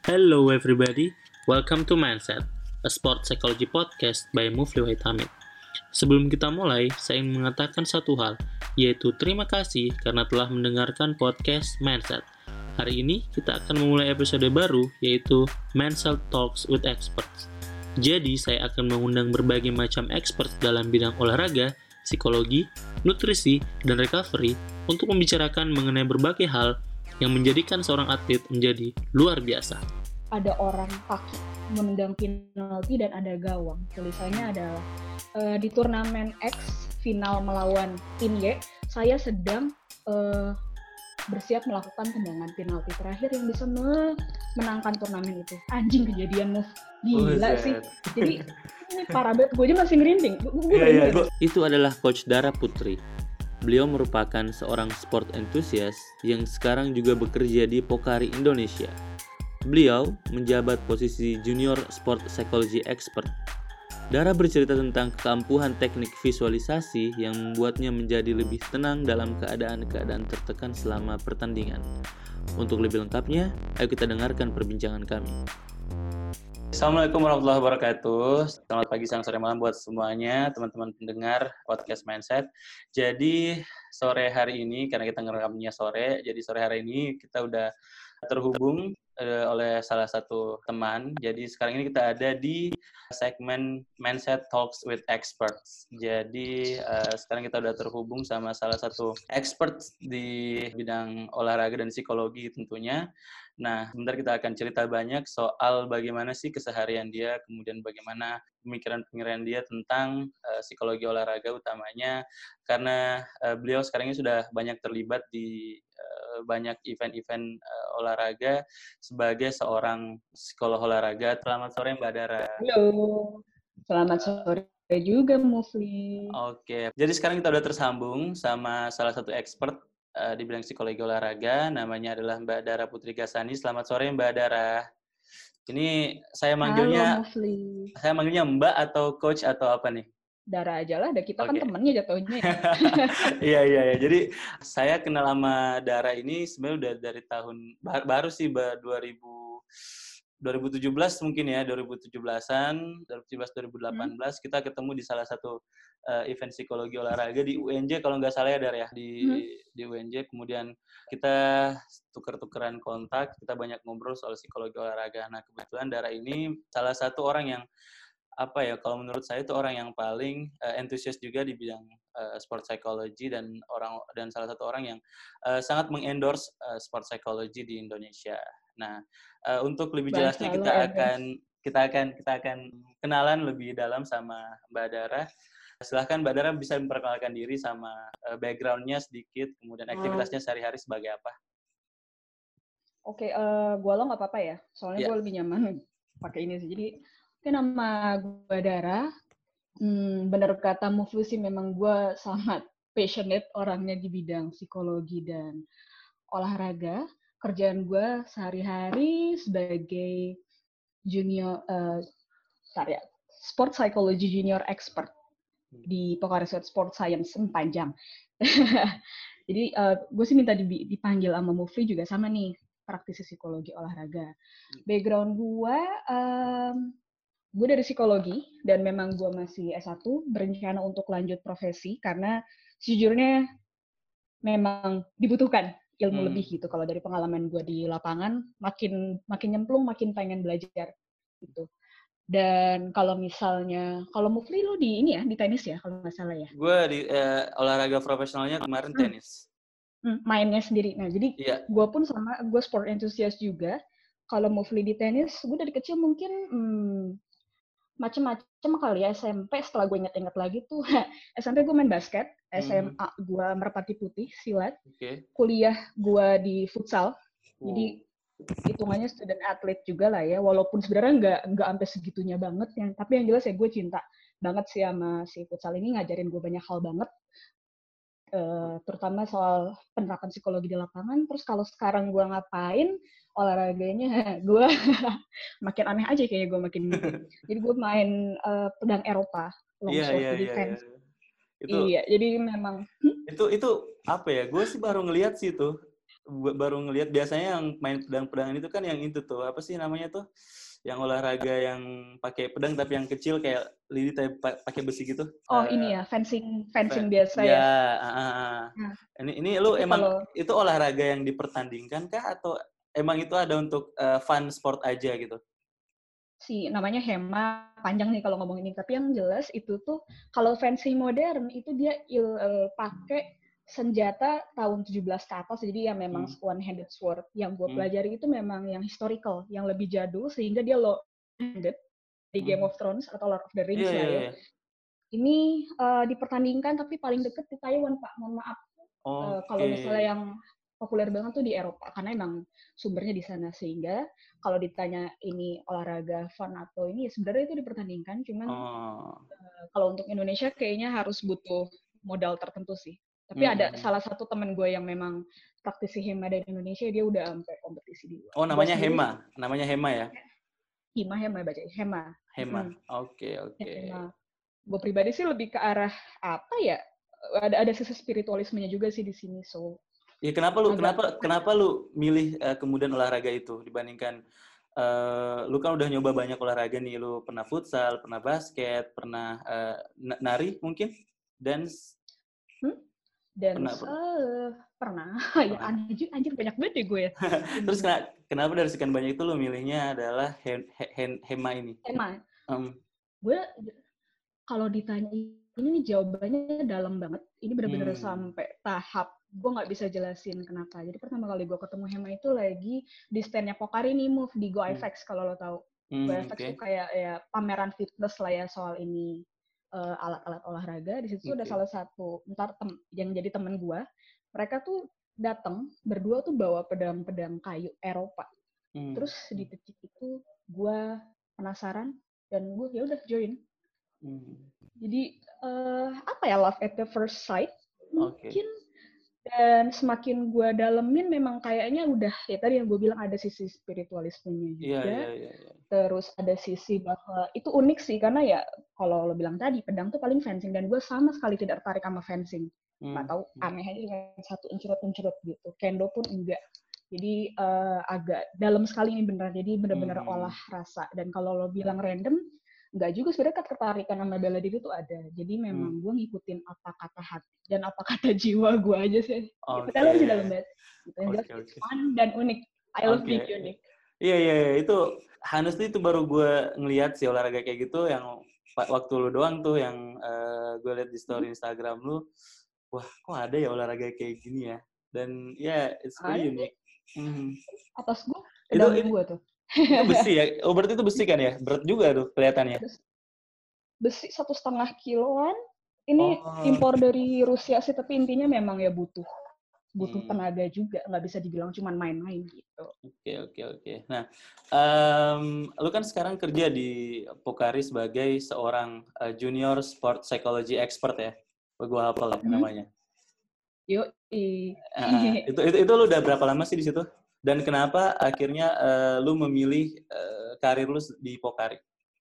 Hello everybody, welcome to Mindset, a sport psychology podcast by Mufli Wahid Hamid. Sebelum kita mulai, saya ingin mengatakan satu hal, yaitu terima kasih karena telah mendengarkan podcast Mindset. Hari ini kita akan memulai episode baru, yaitu Mindset Talks with Experts. Jadi, saya akan mengundang berbagai macam expert dalam bidang olahraga, psikologi, nutrisi, dan recovery untuk membicarakan mengenai berbagai hal yang menjadikan seorang atlet menjadi luar biasa. Ada orang kaki menendang penalti dan ada gawang. Tulisannya adalah di turnamen X final melawan tim Y, saya sedang bersiap melakukan tendangan penalti terakhir yang bisa menangkan turnamen itu. Anjing, kejadian move gila sih. Jadi ini parah banget, gue aja masih ngerinding. Itu adalah Coach Dara Putri. Beliau merupakan seorang sport enthusiast yang sekarang juga bekerja di Pokari Indonesia. Beliau menjabat posisi Junior Sport Psychology Expert. Dara bercerita tentang keampuhan teknik visualisasi yang membuatnya menjadi lebih tenang dalam keadaan-keadaan tertekan selama pertandingan. Untuk lebih lengkapnya, ayo kita dengarkan perbincangan kami. Assalamualaikum warahmatullahi wabarakatuh. Selamat pagi, siang, sore, malam buat semuanya, teman-teman pendengar podcast Mindset. Jadi sore hari ini, karena kita ngerekamnya sore, jadi sore hari ini kita udah terhubung oleh salah satu teman. Jadi sekarang ini kita ada di segmen Mindset Talks with Experts. Jadi sekarang kita udah terhubung sama salah satu expert di bidang olahraga dan psikologi tentunya. Nah, sebentar kita akan cerita banyak soal bagaimana sih keseharian dia, kemudian bagaimana pemikiran-pemikiran dia tentang psikologi olahraga utamanya, karena beliau sekarang ini sudah banyak terlibat di banyak event-event olahraga sebagai seorang psikolog olahraga. Selamat sore Mbak Dara. Halo, selamat sore juga Mufli. Oke, jadi sekarang kita udah tersambung sama salah satu expert di bidang psikologi olahraga, namanya adalah Mbak Dara Putri Gasani. Selamat sore Mbak Dara. Ini saya manggilnya Mbak atau coach atau apa nih? Dara aja lah, kita kan temennya jatuhnya. Iya. Jadi saya kenal sama Dara ini sebenarnya udah dari tahun baru sih 2017 mungkin ya, 2017-an, 2018 kita ketemu di salah satu event psikologi olahraga di UNJ kalau nggak salah ya Dara ya, di UNJ. Kemudian kita tuker-tukeran kontak, kita banyak ngobrol soal psikologi olahraga. Nah, kebetulan Dara ini salah satu orang yang kalau menurut saya itu orang yang paling antusias juga di bidang sport psychology dan salah satu orang yang sangat mengendorse sport psychology di Indonesia. Nah, untuk lebih jelasnya kita akan kenalan lebih dalam sama Mbak Dara. Silahkan Mbak Dara bisa memperkenalkan diri sama background-nya sedikit, kemudian aktivitasnya sehari-hari sebagai apa. Oke, gue lo nggak apa-apa ya, soalnya gue lebih nyaman pakai ini sih. Jadi nama gue Dara. Bener kata Mufli sih, memang gue sangat passionate orangnya di bidang psikologi dan olahraga. Kerjaan gue sehari-hari sebagai junior sport psychology junior expert di Pokari Sport Science panjang. Jadi gue sih minta dipanggil sama Mufli juga sama nih, praktisi psikologi olahraga. Background gue dari psikologi, dan memang gue masih S1, berencana untuk lanjut profesi, karena sejujurnya memang dibutuhkan ilmu lebih gitu. Kalau dari pengalaman gue di lapangan, makin nyemplung, makin pengen belajar gitu. Dan kalau Mufli lu di tenis ya, kalau nggak salah ya? Gue di olahraga profesionalnya kemarin tenis. Mainnya sendiri. Nah, jadi gue pun sama, gue sport enthusiast juga. Kalau Mufli di tenis, gue dari kecil mungkin macem-macem kali ya. SMP, setelah gue inget-inget lagi tuh, SMP gue main basket, SMA gue merpati putih, silat, kuliah gue di futsal, jadi hitungannya student athlete juga lah ya, walaupun sebenarnya nggak sampai segitunya banget, tapi yang jelas ya gue cinta banget sih sama si futsal ini, ngajarin gue banyak hal banget, terutama soal penerapan psikologi di lapangan. Terus kalau sekarang gue ngapain olahraganya, gue makin aneh aja kayaknya, gue makin gitu. Jadi gue main pedang Eropa, longsword, jadi fans. Jadi memang itu apa ya? Gue sih baru ngeliat sih itu. baru ngelihat biasanya yang main pedang-pedangan itu kan yang itu tuh apa sih namanya tuh, yang olahraga yang pakai pedang tapi yang kecil kayak lidi tapi pakai besi gitu. Oh ini ya, fencing fencing biasa Ya, ya. Nah, ini lu itu emang kalau itu olahraga yang dipertandingkan kah atau emang itu ada untuk fun sport aja gitu? si namanya Hema, panjang nih kalau ngomong ini, tapi yang jelas itu tuh kalau fencing modern itu dia pakai senjata tahun 17 ke atas, jadi ya memang Hmm. one-handed sword. Yang gue Hmm. pelajari itu memang yang historical, yang lebih jadul, sehingga dia low-handed di Game Hmm. of Thrones atau Lord of the Iya, Rings lah iya, ya. iya. Ini dipertandingkan tapi paling deket di Taiwan, Pak. Mohon maaf. Kalau Oke. misalnya yang populer banget tuh di Eropa, karena emang sumbernya di sana. Sehingga kalau ditanya ini olahraga fun atau ini, ya sebenarnya itu dipertandingkan. Cuman Oh. kalau untuk Indonesia kayaknya harus butuh modal tertentu sih. Tapi Hmm, ada hmm, hmm. salah satu temen gue yang memang praktisi Hema dari Indonesia, dia udah sampai kompetisi di luar. Oh, Gue namanya sendiri, Hema. Namanya Hema ya? Hema baca Hema. Hema. Oke, oke. Hema. Gue pribadi sih lebih ke arah apa ya? Ada sisi spiritualismenya juga sih di sini. So Ya kenapa lu agak kenapa kenapa lu milih kemudian olahraga itu dibandingkan lu kan udah nyoba banyak olahraga nih, lu pernah futsal, pernah basket, pernah nari mungkin, dance, hmm? Dan pernah pernah pernah ya pernah. anjir banyak banget deh gue ya. Terus Ini kenapa dari sekian banyak itu lu milihnya adalah Hema ini? Hema. Um, Gue kalau ditanya ini jawabannya dalam banget. Ini benar-benar hmm, sampai tahap gue nggak bisa jelasin kenapa. Jadi pertama kali gue ketemu Hema itu lagi di standnya Pokari nih, Move di hmm, GoFX kalau lo tahu. GoFX oke, tuh kayak ya pameran fitness lah ya soal ini, alat-alat olahraga. Di situ ada oke, salah satu yang jadi temen gue. Mereka tuh datang berdua tuh bawa pedang-pedang kayu Eropa. hmm, Terus di detik itu gue penasaran dan gue ya udah join. hmm, Jadi apa ya, love at the first sight oke, mungkin. Dan semakin gue dalemin memang kayaknya udah ya tadi yang gue bilang ada sisi spiritualismenya iya, juga. iya, iya, iya. Terus ada sisi bahwa itu unik sih karena ya kalau lo bilang tadi pedang tuh paling fencing dan gue sama sekali tidak tertarik sama fencing. Nggak Hmm, tahu hmm, aneh aja dengan satu uncurut-uncurut gitu. Kendo pun enggak. Jadi agak dalam sekali ini beneran. Jadi bener-bener hmm, olah rasa. Dan kalau lo bilang random, enggak juga sebenarnya ketertarikan sama bela diri itu ada. Jadi hmm. memang gue ngikutin apa kata hati dan apa kata jiwa gue aja sih. Oke, Padahal masih dalam banget. Gitu. Yang jelas oke, it's oke. fun dan unik. I love Oke. being unique. Iya, iya, iya. Itu honestly itu baru gue ngeliat sih olahraga kayak gitu yang waktu lu doang tuh yang gue liat di story Instagram lu. Wah, kok ada ya olahraga kayak gini ya? Dan ya, yeah, it's Ada pretty nih unique. Hmm. atas gue Itu, pedang itu gue tuh. itu besi ya? Oh, berarti itu besi kan ya? Berat juga tuh kelihatannya. Besi 1,5 kiloan. Ini Oh. impor dari Rusia sih, tapi intinya memang ya butuh Hmm. tenaga juga. Nggak bisa dibilang cuma main-main gitu. Oke, oke, oke. Nah, lu kan sekarang kerja di Pokari sebagai seorang junior sport psychology expert ya. Gue hafal ya Hmm? namanya. Yuk, Itu lu udah berapa lama sih di situ? Dan kenapa akhirnya lu memilih karir lu di Pokari?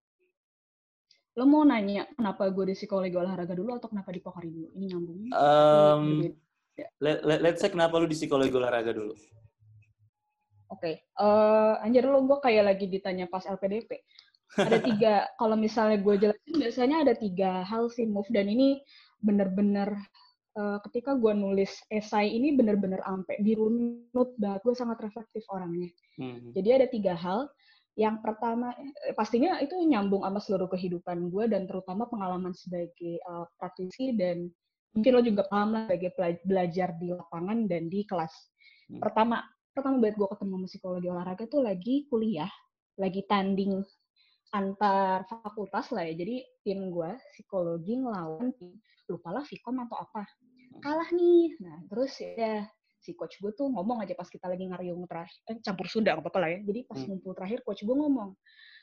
lo mau nanya kenapa gue di psikologi olahraga dulu atau kenapa di Pokari dulu? Ini nyambung, tapi Um, berbeda. let's say kenapa lu di psikologi olahraga dulu? Oke, anjir lo gue kayak lagi ditanya pas LPDP. Ada tiga, kalau misalnya gue jelasin biasanya ada tiga hal sih, Move. Dan ini bener-bener ketika gue nulis esai ini bener-bener ampe dirunut banget. Gue sangat reflektif orangnya. Hmm. Jadi ada tiga hal. Yang pertama, pastinya itu nyambung sama seluruh kehidupan gue dan terutama pengalaman sebagai praktisi dan mungkin lo juga paham lah sebagai belajar di lapangan dan di kelas. Hmm. Pertama banget gue ketemu sama psikologi olahraga tuh lagi kuliah, lagi tanding antar fakultas lah ya. Jadi tim gue psikologi ngelawan tim, lupa lah Vkom atau apa. Kalah nih. Nah terus ya si coach gue tuh ngomong aja pas kita lagi ngariung terakhir, campur Sunda nggak apa-apa lah ya. Jadi pas ngumpul terakhir coach gue ngomong,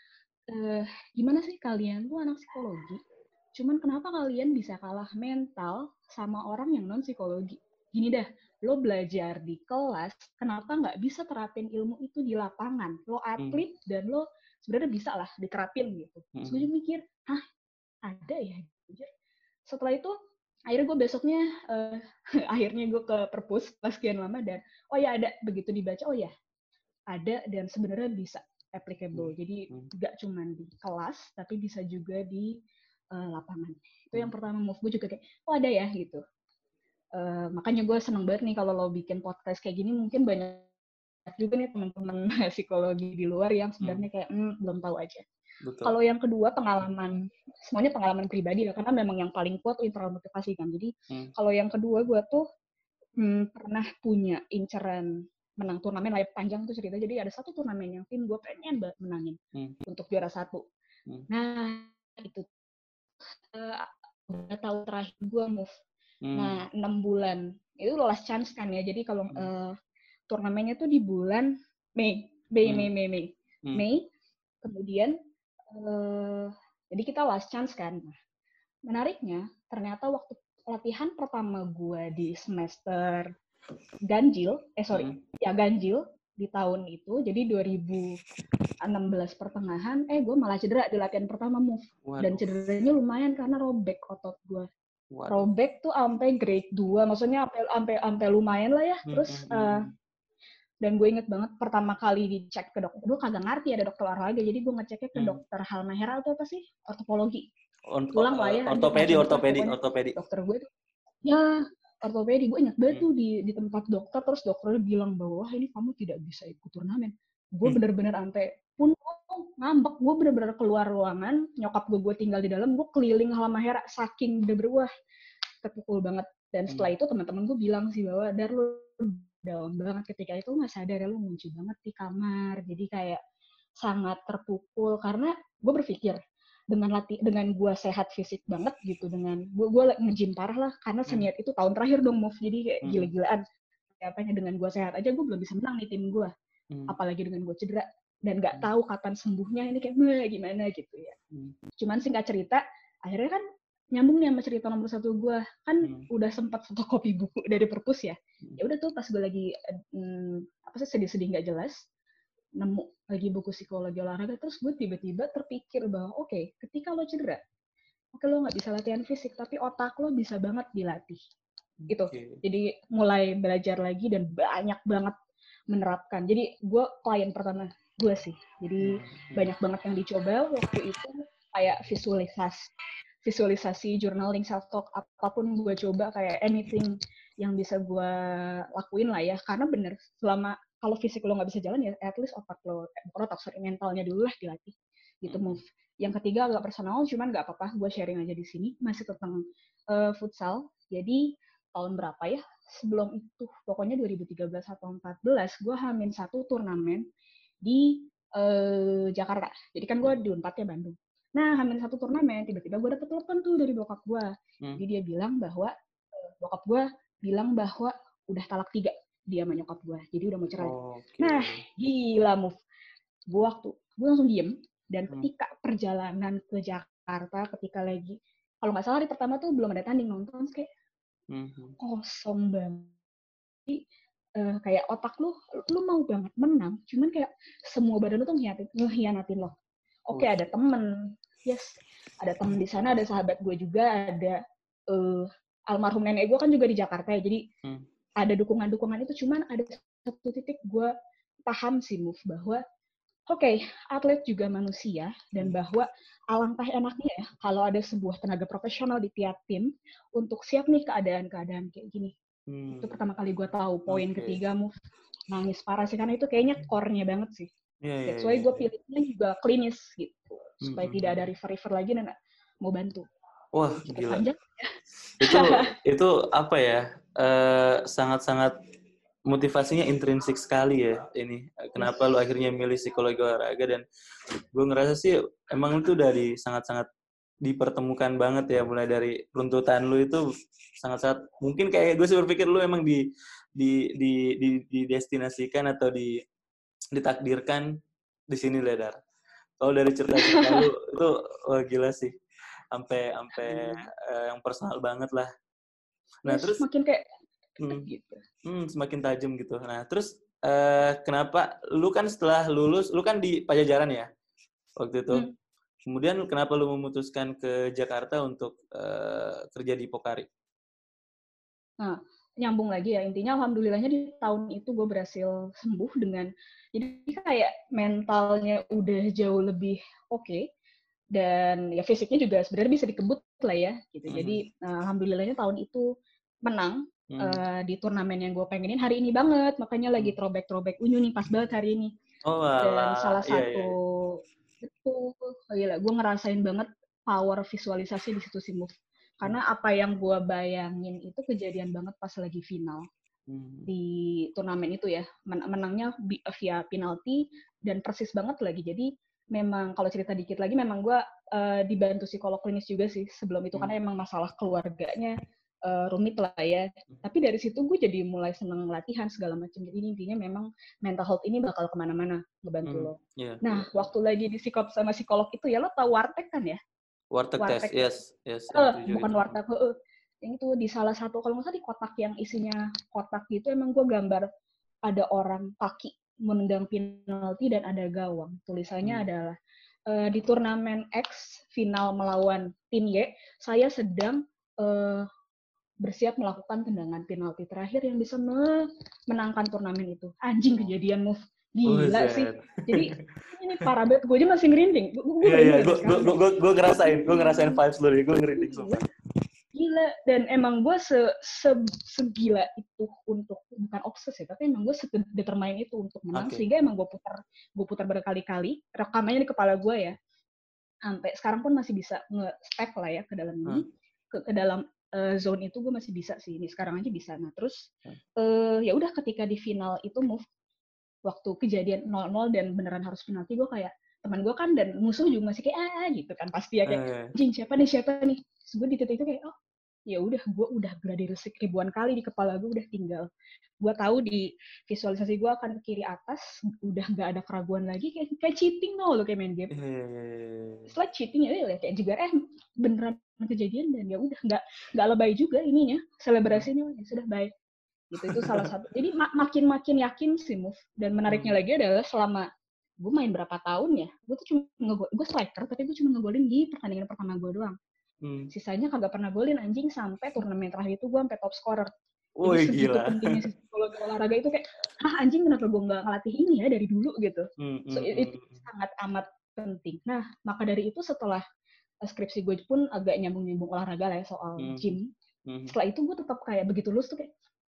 gimana sih kalian tuh anak psikologi, cuman kenapa kalian bisa kalah mental sama orang yang non psikologi? Gini dah, lo belajar di kelas, kenapa nggak bisa terapin ilmu itu di lapangan? Lo Hmm. atlet dan lo sebenarnya bisa lah diterapin gitu. Terus gue juga mikir, hah ada ya? Setelah itu akhirnya gue besoknya akhirnya gue ke perpus pas sekian lama dan oh ya ada, begitu dibaca oh ya ada dan sebenarnya bisa applicable. Jadi nggak cuma di kelas tapi bisa juga di lapangan. Itu yang pertama move gue juga kayak oh ada ya gitu. Makanya gue seneng banget nih kalau lo bikin podcast kayak gini, mungkin banyak juga nih teman-teman psikologi di luar yang sebenarnya kayak belum tahu aja. Betul. Kalau yang kedua pengalaman, semuanya pengalaman pribadi lah, karena memang yang paling kuat internal motivasi kan. Jadi kalau yang kedua gue tuh pernah punya inceran menang turnamen layar panjang tuh cerita. Jadi ada satu turnamen yang tim gue pengen banget menangin untuk juara 1. Nah itu udah tahun terakhir gue move. Nah 6 bulan itu last chance kan ya. Jadi kalau turnamennya tuh di bulan Mei. Kemudian jadi kita last chance kan. Nah, menariknya ternyata waktu latihan pertama gue di semester ganjil di tahun itu, jadi 2016 pertengahan, gue malah cedera di latihan pertama move. Dan cederanya lumayan karena robek otot gue. Robek tuh sampai grade 2, maksudnya sampai lumayan lah ya. Terus dan gue inget banget pertama kali dicek ke dokter, gue kagak ngerti ada dokter olahraga, jadi gue ngeceknya ke dokter Halmahera atau apa sih, ortopologi. Tulang lah ya. Ortopedi. Dokter gue tuh, ya ortopedi, gue inget banget tuh di tempat dokter, terus dokternya bilang bahwa wah ini kamu tidak bisa ikut turnamen. Gue bener-bener sampai pun ngambek, gue bener-bener keluar ruangan, nyokap gue tinggal di dalam, gue keliling Halmahera saking bener-bener wah terpukul banget. Dan setelah itu teman-teman gue bilang sih bahwa Dar lu down banget ketika itu, nggak sadar ya lu ngunci banget di kamar, jadi kayak sangat terpukul karena gue berpikir dengan gue sehat fisik banget gitu, dengan gue nge-gym parah lah karena seniat itu tahun terakhir dong move, jadi kayak gila-gilaan apanya dengan gue sehat aja gue belum bisa menang nih tim gue, apalagi dengan gue cedera dan nggak tahu kapan sembuhnya, ini kayak gimana gitu ya. Cuman singkat cerita akhirnya kan nyambung nih sama cerita nomor 1 gue kan udah sempat fotokopi buku dari perpus ya. Ya udah tuh pas gue lagi sedih-sedih nggak jelas nemu lagi buku psikologi olahraga, terus gue tiba-tiba terpikir bahwa oke, ketika lo cedera, lo nggak bisa latihan fisik tapi otak lo bisa banget dilatih gitu. Jadi mulai belajar lagi dan banyak banget menerapkan. Jadi gue klien pertama gue sih, jadi banyak banget yang dicoba waktu itu, kayak visualisasi, journaling, self-talk, apapun gue coba, kayak anything yang bisa gue lakuin lah ya. Karena bener, selama kalau fisik lo nggak bisa jalan ya, at least mentalnya dulu lah dilatih. Gitu move. Yang ketiga agak personal, cuman nggak apa-apa, gue sharing aja di sini. Masih tentang futsal. Jadi tahun berapa ya? Sebelum itu, pokoknya 2013 atau 2014, gue H-1 turnamen di Jakarta. Jadi kan gue di Unpad ya, Bandung. Nah, H-1 turnamen, tiba-tiba gue dapet telepon tuh dari bokap gue. Jadi dia bilang bahwa, bokap gue bilang bahwa udah talak 3 dia sama nyokap gue. Jadi udah mau cerai. Nah, gila move. Gue langsung diem. Dan ketika perjalanan ke Jakarta, ketika lagi, kalau nggak salah hari pertama tuh belum ada tanding, nonton kayak kosong banget. Jadi, kayak otak lu mau banget menang, cuman kayak semua badan lu tuh ngehianatin lo. Oke, ada temen, ada temen di sana, ada sahabat gue juga, ada almarhum nenek gue kan juga di Jakarta ya, jadi ada dukungan-dukungan itu, cuman ada satu titik gue paham sih move bahwa atlet juga manusia, dan bahwa alangkah enaknya ya kalau ada sebuah tenaga profesional di tiap tim untuk siap nih keadaan-keadaan kayak gini. Itu pertama kali gue tahu. Poin ketiga move, nangis parah sih, karena itu kayaknya core-nya banget sih. That's why gue pilihnya juga klinis gitu, supaya tidak ada refer lagi dan mau bantu. Wah, cukup gila. Panjang. Itu apa ya? Sangat-sangat motivasinya intrinsik sekali ya ini. Kenapa lu akhirnya milih psikologi olahraga, dan gue ngerasa sih emang itu udah sangat-sangat dipertemukan banget ya, mulai dari runtutan lu itu sangat-sangat mungkin kayak gue sih berpikir lu emang didestinasikan atau ditakdirkan di sini, Ledar. Kalau dari cerita-cerita lu itu wah gila sih. Sampai yang personal banget lah. Nah, terus makin kayak gitu. Semakin tajam gitu. Nah, terus kenapa lu kan setelah lulus, lu kan di Pajajaran ya waktu itu. Kemudian kenapa lu memutuskan ke Jakarta untuk kerja di Pokari? Nah, nyambung lagi ya, intinya alhamdulillahnya di tahun itu gue berhasil sembuh jadi kayak mentalnya udah jauh lebih oke, dan ya fisiknya juga sebenarnya bisa dikebut lah ya, gitu. Mhm. Jadi, alhamdulillahnya tahun itu menang, Mhm. di turnamen yang gue pengenin hari ini banget, makanya lagi Mhm. throwback unyu nih, pas banget hari ini. Dan Oalah, salah iya iya satu iya. betul, gila gue ngerasain banget power visualisasi di situ sih, Move. Karena apa yang gue bayangin itu kejadian banget pas lagi final Mmm. di turnamen itu ya. Menangnya via penalti dan persis banget lagi. Jadi memang kalau cerita dikit lagi memang gue dibantu psikolog klinis juga sih sebelum itu Mmm. karena emang masalah keluarganya rumit lah ya. Tapi dari situ gue jadi mulai seneng latihan segala macam. Jadi intinya memang mental health ini bakal kemana-mana ngebantu Mmm. lo. Iya iya Nah, iya. waktu lagi di psikop sama psikolog itu ya lo tau warteg kan ya? Warteg Test, Warteg yes yes, yang 7 bukan itu. warteg, heeh. Yang itu di salah satu kalau nggak salah di kotak yang isinya kotak gitu emang gue gambar ada orang kaki menendang penalti dan ada gawang. Tulisannya Mmm. adalah di turnamen X final melawan tim Y, saya sedang bersiap melakukan tendangan penalti terakhir yang bisa menangkan turnamen itu. Anjing Oh. kejadian move. Gila sih. Buset. Jadi ini parah banget. Gue aja masih ngerinding. Gue Iya iya, merinding sampai sekarang kayak, gue ngerasain "Ih, vibes lu nih, gue ngerinding sumpah. gila, gila." Dan emang gue segila itu untuk bukan obses ya, tapi emang gue sedetermine itu untuk menang Oke. sehingga emang gue putar berkali-kali rekamannya di kepala gue ya. Sampai sekarang pun masih bisa nge-step lah ya ke dalam Heeh. ini, ke dalam zone itu gue masih bisa sih. Ini sekarang aja bisa. Nah, terus Heeh. ya udah ketika di final itu move waktu kejadian 0-0 dan beneran harus penalti gue kayak teman gue kan dan musuh juga masih kayak gitu kan pasti ya kayak anjing siapa nih terus gue di titik itu kayak oh ya udah gue udah gladi resik ribuan kali di kepala gue udah tinggal gue tahu di visualisasi gue akan ke kiri atas udah nggak ada keraguan lagi kayak cheating lo kayak main game Iya iya iya iya. it's like cheating ya kayak juga beneran kejadian dan ya udah nggak lebay juga ininya Mmm. selebrasinya ya sudah baik gitu itu salah satu jadi makin yakin sih move dan menariknya Mmm. lagi adalah selama gue main berapa tahun ya gue tuh cuma gue striker tapi gue cuma ngegolin di pertandingan pertama gue doang Mmm. sisanya kagak pernah golin anjing sampai turnamen terakhir itu gue sampai top scorer jadi Wih segitu gila. pentingnya sih psikologi olahraga itu kayak anjing kenapa gue nggak ngelatih ini ya dari dulu gitu Mhm so mhm itu mhm. sangat amat penting nah maka dari itu setelah skripsi gue pun agak nyambung olahraga lah ya soal Mhm gym mhm. setelah itu gue tetap kayak begitu lulus tuh kayak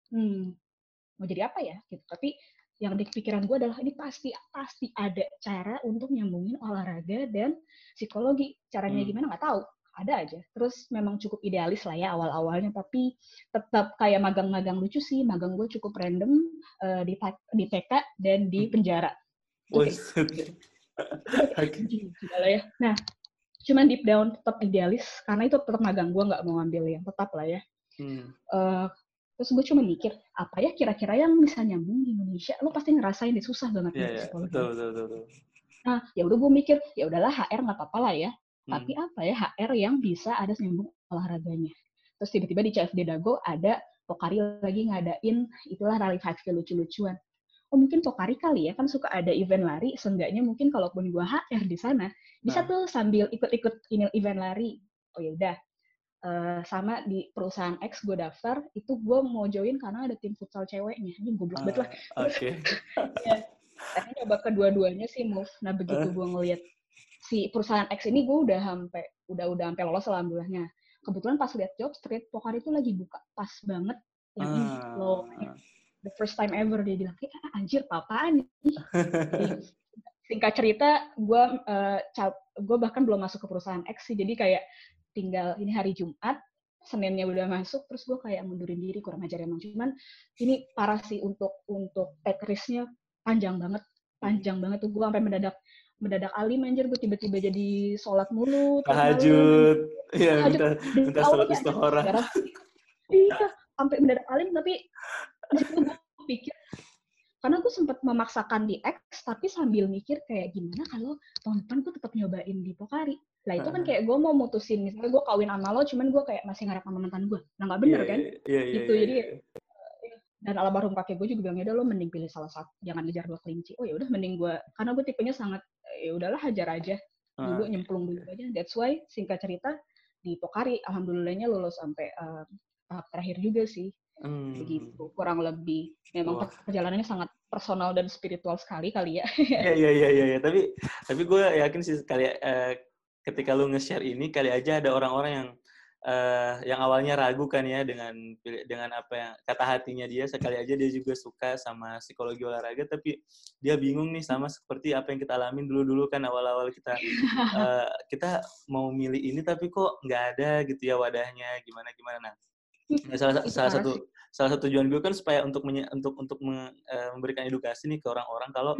mau jadi apa ya gitu tapi yang di pikiran gue adalah ini pasti pasti ada cara untuk nyambungin olahraga dan psikologi caranya Mmm. gimana nggak tahu ada aja terus memang cukup idealis lah ya awal-awalnya tapi tetap kayak magang-magang lucu sih magang gue cukup random di TK dan di Mmm. penjara itu kayak Buset. gitu itu kayak Oke. anjing gila lah ya nah cuman deep down tetap idealis karena itu tetap magang gue nggak mau ngambil yang tetap lah ya. Mmm. Eh, terus gue cuma mikir apa ya kira-kira yang bisa nyambung di Indonesia lo pasti ngerasain deh susah banget Iya masuk iya, betul psikologi betul betul betul. nah ya udah gue mikir ya udahlah HR nggak apa-apa lah ya tapi Mmm. apa ya HR yang bisa ada nyambung olahraganya terus tiba-tiba di CFD Dago ada Pokari lagi ngadain itulah rally 5K lucu-lucuan oh mungkin Pokari kali ya kan suka ada event lari seenggaknya mungkin kalaupun gue HR di sana bisa Heeh. tuh sambil ikut-ikut ini event lari oh ya udah sama di perusahaan X gue daftar itu gue mau join karena ada tim futsal ceweknya ini goblok banget lah terus Oke. ya akhirnya coba kedua-duanya sih move nah begitu gue ngeliat si perusahaan X ini gue udah sampai lolos alhamdulillahnya kebetulan pas lihat job street Pokari itu lagi buka pas banget yang ini lowongannya Ah. the first time ever dia bilang kayak anjir apaan nih jadi singkat cerita gue bahkan belum masuk ke perusahaan X sih jadi kayak tinggal ini hari Jumat Seninnya udah masuk terus gue kayak mundurin diri kurang ajar emang cuman ini parah sih untuk take risk-nya Mhm. panjang banget tuh gue sampai mendadak alim anjir gue tiba-tiba jadi sholat mulu tiap malam Tahajud. Iya, tahajud minta demi minta Allah surat ya anjir istikharah. darah iya sampai mendadak alim tapi di situ gue pikir karena gue sempat memaksakan di X tapi sambil mikir kayak gimana kalau tahun depan gue tetap nyobain di Pokari lah itu kan kayak gue mau mutusin misalnya gue kawin sama lo cuman gue kayak masih ngarep sama mantan gue nah nggak Iya bener kan iya iya iya gitu iya jadi iya. dan almarhum kakek gue juga bilang ya udah lo mending pilih salah satu jangan ngejar dua kelinci oh ya udah mending gue karena gue tipenya sangat ya udahlah hajar aja dulu Oke nyemplung oke. dulu aja that's why singkat cerita di Pokari alhamdulillahnya lulus sampai tahap terakhir juga sih Begitu, kurang lebih. Memang Wah. perjalanannya sangat personal dan spiritual sekali kali ya. Iya. Tapi gue yakin sih ketika lu nge-share ini kali aja ada orang-orang yang awalnya ragu kan ya dengan apa yang kata hatinya dia, sekali aja dia juga suka sama psikologi olahraga, tapi dia bingung nih sama seperti apa yang kita alamin dulu kan awal-awal kita mau milih ini tapi kok nggak ada gitu ya wadahnya, gimana. Nah, Itu parah sih. salah satu tujuan gue kan supaya untuk memberikan edukasi nih ke orang-orang kalau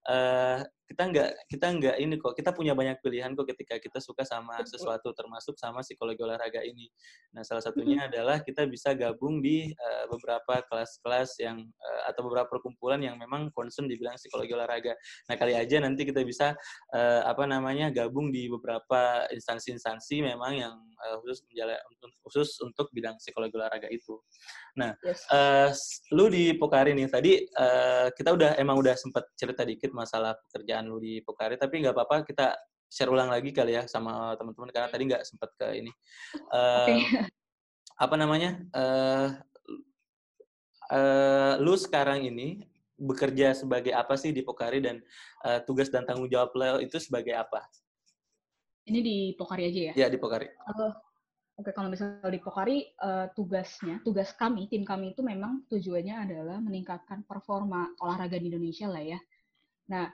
kita nggak ini kok, kita punya banyak pilihan kok ketika kita suka sama Betul. sesuatu, termasuk sama psikologi olahraga ini. Nah, salah satunya adalah kita bisa gabung di beberapa kelas-kelas atau beberapa perkumpulan yang memang concern di bidang psikologi olahraga. Nah, kali aja nanti kita bisa gabung di beberapa instansi-instansi memang yang khusus untuk bidang psikologi olahraga itu. Nah, Yes. lu di Pokari nih tadi kita emang udah sempat cerita dikit masalah pekerjaan lu di Pokari, tapi nggak apa-apa kita share ulang lagi kali ya sama teman-teman karena tadi nggak sempat ke ini. Oke. Apa namanya? Lu sekarang ini bekerja sebagai apa sih di Pokari dan tugas dan tanggung jawab lo itu sebagai apa? Ini di Pokari aja ya? Ya, di Pokari. Oke, kalau misalnya di Pokari, tugas kami, tim kami itu memang tujuannya adalah meningkatkan performa olahraga di Indonesia lah ya. Nah,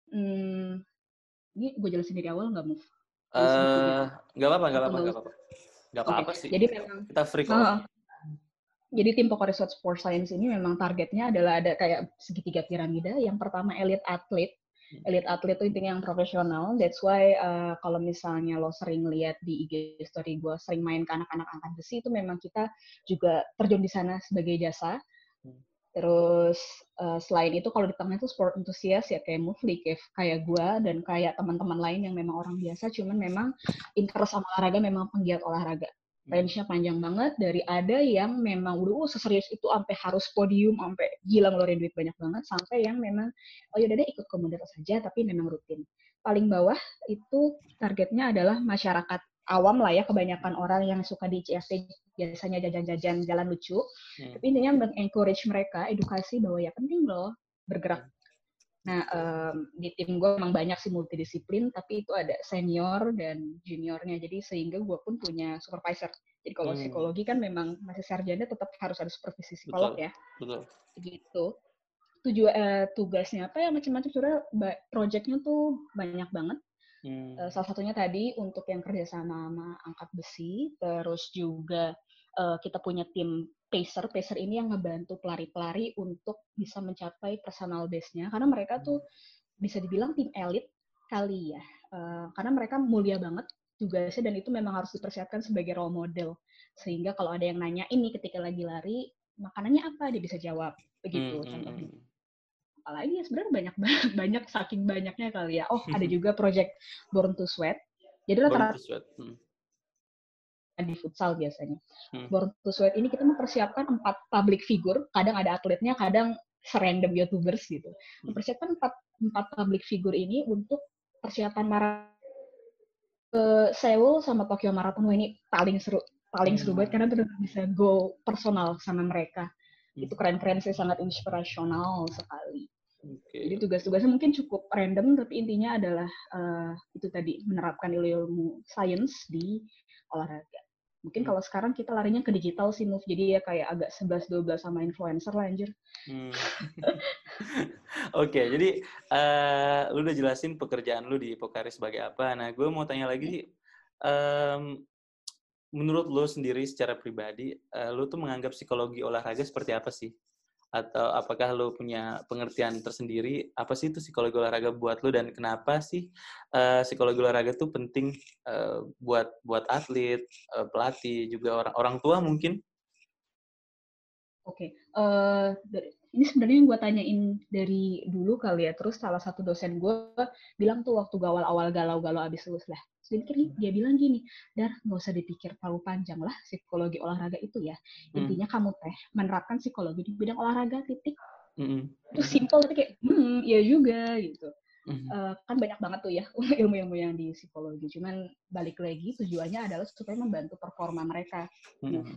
ini gue jelasin dari awal nggak, Move? Jadi segitiga. Nggak apa-apa. Atau nggak usah? Nggak Oke, apa-apa sih. jadi memang Kita free kok. Jadi tim Pokari Sport Science ini memang targetnya adalah ada kayak segitiga piramida. Yang pertama elite atlet. Elite atlet itu intinya yang profesional. That's why kalau misalnya lo sering lihat di IG story gue sering main ke anak-anak angkat besi, itu memang kita juga terjun di sana sebagai jasa. Terus selain itu kalau di tengah itu sport enthusiast ya kayak Mufli, kayak gue dan kayak teman-teman lain yang memang orang biasa, cuman memang interest sama olahraga, memang penggiat olahraga. Range-nya panjang banget, dari ada yang memang udah seserius itu sampai harus podium, sampai gila ngeluarin duit banyak banget, sampai yang memang oh yaudah deh ikut komunitas saja tapi memang rutin. Paling bawah itu targetnya adalah masyarakat awam lah ya, kebanyakan orang yang suka di CFD biasanya jajan-jajan jalan lucu. Tapi intinya meng-encourage mereka edukasi bahwa ya penting loh bergerak. Nah, di tim gue memang banyak sih multidisiplin, tapi itu ada senior dan juniornya, jadi sehingga gue pun punya supervisor. Jadi kalau psikologi kan memang masih sarjana tetap harus ada supervisi psikolog. Betul, ya. Betul. Begitu. Tugasnya apa ya macam-macam, sebenarnya projectnya tuh banyak banget. Salah satunya tadi untuk yang kerjasama sama angkat besi, terus juga kita punya tim pacer ini yang ngebantu pelari-pelari untuk bisa mencapai personal best-nya, karena mereka tuh bisa dibilang tim elit kali ya, karena mereka mulia banget tugasnya dan itu memang harus dipersiapkan sebagai role model, sehingga kalau ada yang nanya ini ketika lagi lari makanannya apa dia bisa jawab begitu contohnya. Apalagi ya sebenarnya banyak saking banyaknya kali ya. Oh, ada juga project Born to Sweat. Jadi rata-rata di futsal biasanya. Born to Sweat ini kita mempersiapkan 4 public figure, kadang ada atletnya, kadang serandom YouTubers gitu. Mempersiapkan 4 public figure ini untuk persiapan Seoul sama Tokyo Marathon. Ini paling seru banget karena benar-benar bisa go personal sama mereka. Itu keren-keren sih, sangat inspirasional sekali. Jadi tugas-tugasnya mungkin cukup random, tapi intinya adalah itu tadi, menerapkan ilmu sains di olahraga. Mungkin kalau sekarang kita larinya ke digital sih, Move. Jadi ya kayak agak 11-12 sama influencer lah, anjir. Oke, jadi lu udah jelasin pekerjaan lu di Pokari sebagai apa. Nah, gue mau tanya lagi, menurut lu sendiri secara pribadi, lu tuh menganggap psikologi olahraga seperti apa sih? Atau apakah lo punya pengertian tersendiri apa sih itu psikologi olahraga buat lo, dan kenapa sih psikologi olahraga itu penting buat atlet, pelatih, juga orang tua mungkin? Oke, ini sebenarnya yang gue tanyain dari dulu kali ya. Terus salah satu dosen gue bilang tuh waktu awal-awal galau-galau abis lulus lah. Dia bilang gini, Dar, nggak usah dipikir terlalu panjang lah psikologi olahraga itu ya. Intinya kamu menerapkan psikologi di bidang olahraga, titik. Itu simple tapi kayak, iya juga gitu. Kan banyak banget tuh ya ilmu-ilmu yang di psikologi. Cuman balik lagi tujuannya adalah supaya membantu performa mereka.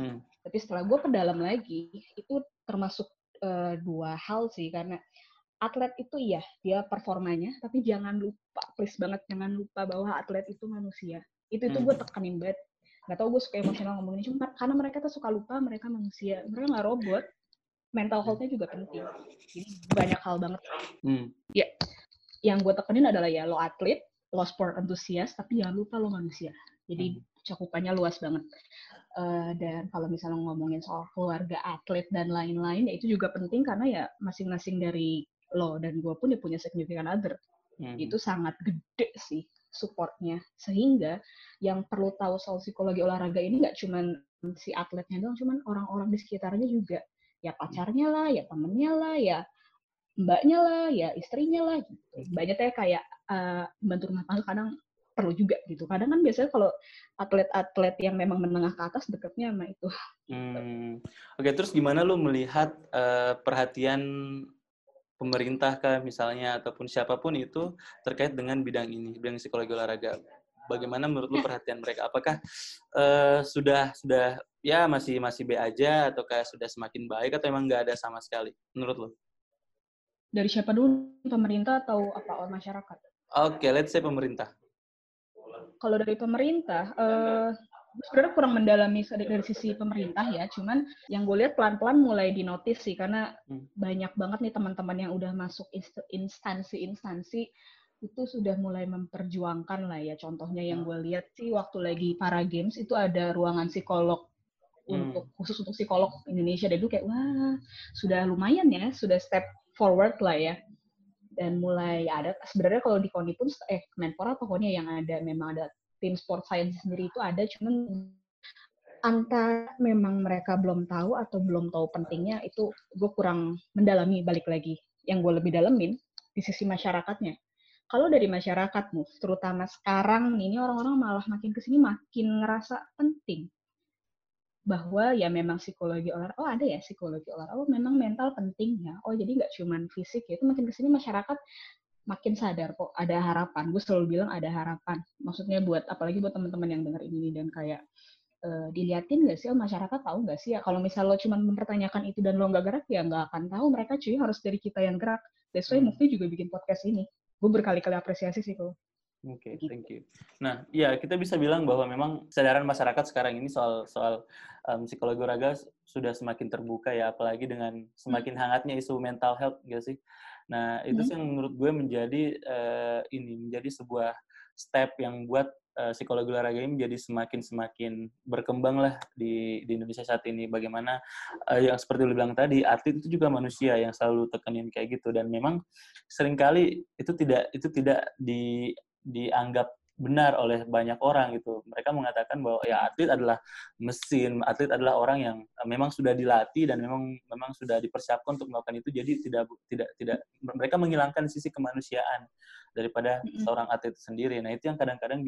Tapi setelah gue perdalam lagi, itu termasuk dua hal sih, karena atlet itu iya, dia performanya, tapi jangan lupa, please banget, jangan lupa bahwa atlet itu manusia. Itu gue tekanin banget. Gak tau gue suka emosional ngomongin, cuma karena mereka tuh suka lupa, mereka manusia. Mereka gak robot, mental health-nya juga penting. Jadi banyak hal banget. Ya, yang gue tekenin adalah ya, lo atlet, lo sport enthusiast, tapi jangan lupa lo manusia. Jadi cakupannya luas banget. Dan kalau misalnya ngomongin soal keluarga atlet dan lain-lain, ya itu juga penting karena ya masing-masing dari lo dan gue pun dia punya significant other. Itu sangat gede sih supportnya. Sehingga yang perlu tahu soal psikologi olahraga ini nggak cuma si atletnya doang, cuman orang-orang di sekitarnya juga. Ya pacarnya lah, ya temennya lah, ya mbaknya lah, ya istrinya lah. Gitu. Mbaknya teh kayak bantu rumah tangga kadang perlu juga gitu. Kadang kan biasanya kalau atlet-atlet yang memang menengah ke atas dekatnya sama itu. Gitu. Oke, terus gimana lu melihat perhatian pemerintah kah misalnya ataupun siapapun itu terkait dengan bidang ini, bidang psikologi olahraga? Bagaimana menurut lu perhatian mereka? Apakah sudah ya masih B aja ataukah sudah semakin baik atau emang nggak ada sama sekali menurut lu? Dari siapa dulu? Pemerintah atau apa masyarakat? Oke, let's say pemerintah. Kalau dari pemerintah, sebenarnya kurang mendalami dari sisi pemerintah ya, cuman yang gue lihat pelan-pelan mulai dinotis sih, karena banyak banget nih teman-teman yang udah masuk instansi-instansi itu sudah mulai memperjuangkan lah ya. Contohnya yang gue lihat sih waktu lagi para games itu ada ruangan psikolog khusus untuk psikolog Indonesia, dan itu kayak wah sudah lumayan ya, sudah step forward lah ya. Dan mulai ada sebenarnya kalau di KONI pun Kemenpora pokoknya yang ada memang ada tim sport science sendiri itu ada, cuman antara memang mereka belum tahu atau belum tahu pentingnya, itu gue kurang mendalami. Balik lagi yang gue lebih dalemin di sisi masyarakatnya. Kalau dari masyarakat terutama sekarang ini orang-orang malah makin kesini makin ngerasa penting bahwa ya memang psikologi olahraga, ada ya psikologi olahraga, memang mental penting ya. Jadi nggak cuma fisik ya. Itu makin kesini masyarakat makin sadar kok, ada harapan. Gue selalu bilang ada harapan. Maksudnya apalagi buat teman-teman yang dengar ini dan kayak diliatin nggak sih, masyarakat tahu nggak sih ya, kalau misal lo cuma mempertanyakan itu dan lo nggak gerak ya nggak akan tahu mereka, cuy, harus dari kita yang gerak. That's why Mufti juga bikin podcast ini. Gue berkali-kali apresiasi sih kalau. Oke, thank you. Nah, ya kita bisa bilang bahwa memang kesadaran masyarakat sekarang ini soal psikologi olahraga sudah semakin terbuka ya, apalagi dengan semakin hangatnya isu mental health, gitu sih. Nah, itu sih yang menurut gue menjadi sebuah step yang buat psikologi olahraga ini menjadi semakin berkembang lah di Indonesia saat ini. Bagaimana yang seperti lu bilang tadi, atlet itu juga manusia yang selalu tekenin kayak gitu, dan memang seringkali itu tidak dianggap benar oleh banyak orang gitu. Mereka mengatakan bahwa ya atlet adalah mesin, atlet adalah orang yang memang sudah dilatih dan memang sudah dipersiapkan untuk melakukan itu. Jadi tidak mereka menghilangkan sisi kemanusiaan daripada seorang atlet sendiri. Nah, itu yang kadang-kadang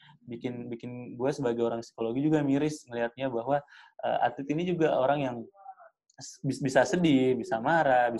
bikin gue sebagai orang psikologi juga miris melihatnya bahwa atlet ini juga orang yang bisa sedih, bisa marah,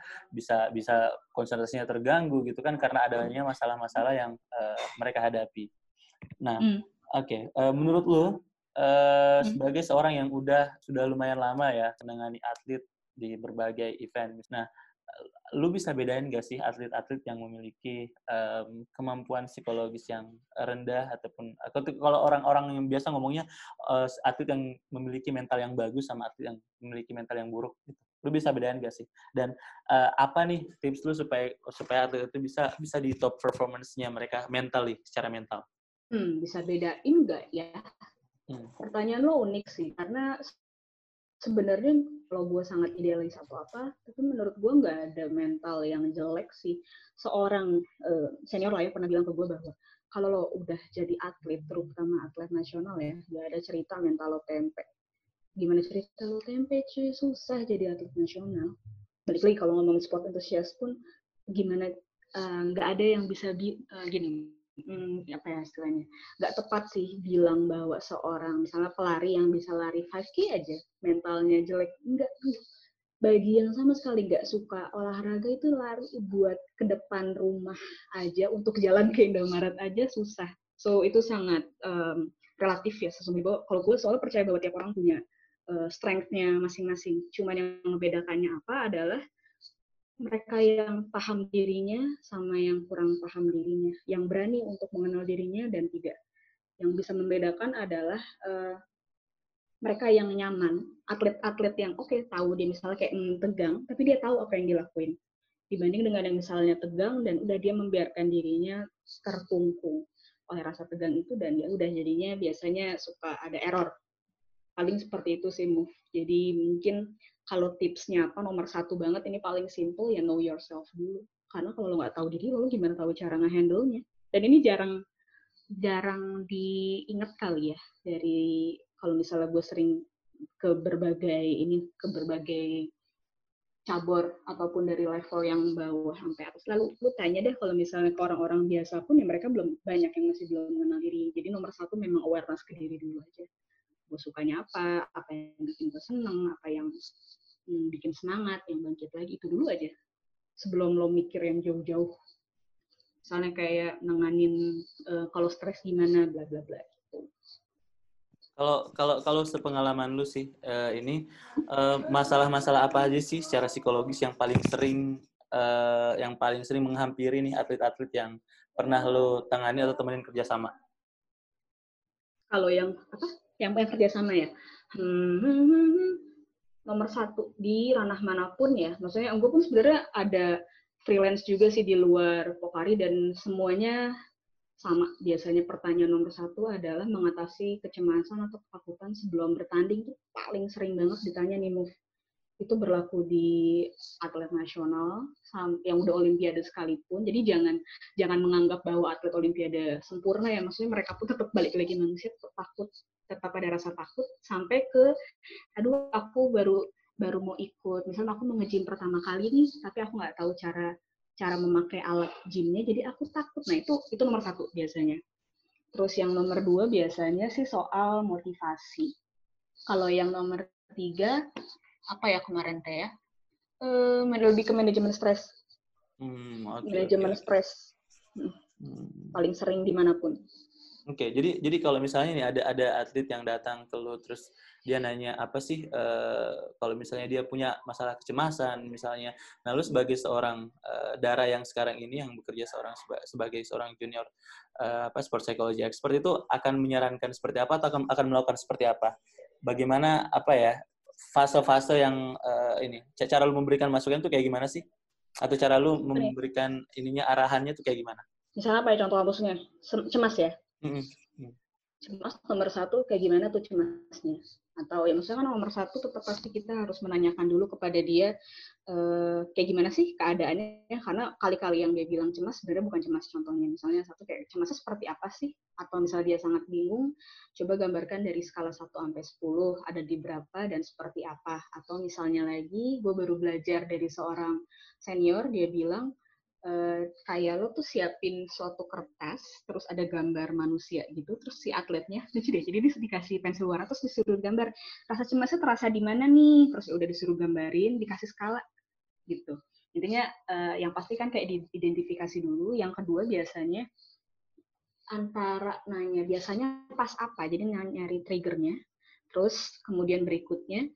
bisa konsentrasinya terganggu gitu kan, karena adanya masalah-masalah yang mereka hadapi. Nah, oke. Menurut lu sebagai seorang yang sudah lumayan lama ya menangani atlet di berbagai event, nah lu bisa bedain gak sih atlet-atlet yang memiliki kemampuan psikologis yang rendah ataupun kalau orang-orang yang biasa ngomongnya atlet yang memiliki mental yang bagus sama atlet yang memiliki mental yang buruk gitu. Lu bisa bedain gak sih? Dan apa nih tips lu supaya atlet itu bisa di top performance-nya mereka secara mental? Bisa bedain nggak ya? Pertanyaan lo unik sih, karena sebenarnya kalau gue sangat idealis atau apa, tapi menurut gue nggak ada mental yang jelek sih. Seorang senior lah ya pernah bilang ke gue bahwa kalau lo udah jadi atlet, terutama atlet nasional ya, nggak ada cerita mental lo tempe. Gimana cerita lo tempe cuy, susah jadi atlet nasional. Balik lagi kalau ngomongin sport enthusiast pun, gimana nggak ada yang bisa gini, apa ya istilahnya, nggak tepat sih bilang bahwa seorang misalnya pelari yang bisa lari 5K aja mentalnya jelek. Enggak tuh, bagi yang sama sekali nggak suka olahraga itu lari buat ke depan rumah aja, untuk jalan ke Indomaret aja susah. So itu sangat relatif ya sesungguhnya. Kalau gue soalnya percaya bahwa tiap orang punya strength-nya masing-masing. Cuman yang membedakannya apa adalah mereka yang paham dirinya sama yang kurang paham dirinya, yang berani untuk mengenal dirinya dan tidak. Yang bisa membedakan adalah mereka yang nyaman, atlet-atlet yang tahu dia misalnya kayak tegang, tapi dia tahu apa yang dilakuin. Dibanding dengan yang misalnya tegang dan udah dia membiarkan dirinya terkungkung oleh rasa tegang itu dan ya udah jadinya biasanya suka ada error. Paling seperti itu sih move. Jadi mungkin kalau tipsnya apa nomor satu banget ini paling simple ya know yourself dulu. Karena kalau lo nggak tahu diri lo gimana tahu cara nge-handle-nya. Dan ini jarang diingat kali ya dari kalau misalnya gue sering ke berbagai cabur ataupun dari level yang bawah sampai atas. Lalu lu tanya deh kalau misalnya ke orang-orang biasa pun ya mereka belum banyak yang masih belum mengenal diri. Jadi nomor satu memang awareness ke diri dulu aja. Gue sukanya apa yang bikin gue seneng, apa yang bikin semangat, yang bangkit lagi, itu dulu aja. Sebelum lo mikir yang jauh-jauh. Misalnya kayak nanganin kalau stres gimana, bla bla bla. Kalau sepengalaman lu sih ini masalah-masalah apa aja sih secara psikologis yang paling sering menghampiri nih atlet-atlet yang pernah lu tangani atau temenin kerjasama? Kalau yang kerjasama ya, nomor satu di ranah manapun ya. Maksudnya gue pun sebenarnya ada freelance juga sih di luar Pokari dan semuanya sama. Biasanya pertanyaan nomor satu adalah mengatasi kecemasan atau ketakutan sebelum bertanding. Itu paling sering banget ditanya nih, Move. Itu berlaku di atlet nasional yang udah olimpiade sekalipun. Jadi jangan menganggap bahwa atlet olimpiade sempurna ya. Maksudnya mereka pun tetap balik lagi manusia, tetap ada rasa takut sampai ke aduh aku baru mau ikut. Misalnya aku mau nge-gym pertama kali nih, tapi aku nggak tahu cara memakai alat gymnya, jadi aku takut. Nah itu nomor satu biasanya. Terus yang nomor dua biasanya sih soal motivasi. Kalau yang nomor tiga apa ya kemarin teh ya? Lebih ke manajemen stres. Manajemen stres. Paling sering dimanapun. Oke, jadi kalau misalnya nih ada atlet yang datang ke lu terus dia nanya apa sih kalau misalnya dia punya masalah kecemasan misalnya, nah lu sebagai seorang Dara yang sekarang ini yang bekerja sebagai seorang junior sport psychology expert itu akan menyarankan seperti apa atau akan melakukan seperti apa? Bagaimana fase-fase yang ini cara lu memberikan masukan tuh kayak gimana sih? Atau cara lu memberikan arahannya tuh kayak gimana? Misalnya apa ya contoh kasusnya? Cemas ya? Cemas nomor satu kayak gimana tuh cemasnya? Atau ya maksudnya kan nomor satu tetap pasti kita harus menanyakan dulu kepada dia kayak gimana sih keadaannya, karena kali-kali yang dia bilang cemas sebenarnya bukan cemas. Contohnya misalnya satu kayak cemasnya seperti apa sih, atau misalnya dia sangat bingung, coba gambarkan dari skala 1 sampai 10 ada di berapa dan seperti apa. Atau misalnya lagi gue baru belajar dari seorang senior, dia bilang kayak lo tuh siapin suatu kertas, terus ada gambar manusia gitu, terus si atletnya, lucu deh, jadi dia dikasih pensil warna, terus disuruh gambar, rasa cemasnya terasa di mana nih, terus udah disuruh gambarin, dikasih skala, gitu. Intinya yang pasti kan kayak diidentifikasi dulu, yang kedua biasanya antara nanya, biasanya pas apa, jadi nyari triggernya, terus kemudian berikutnya,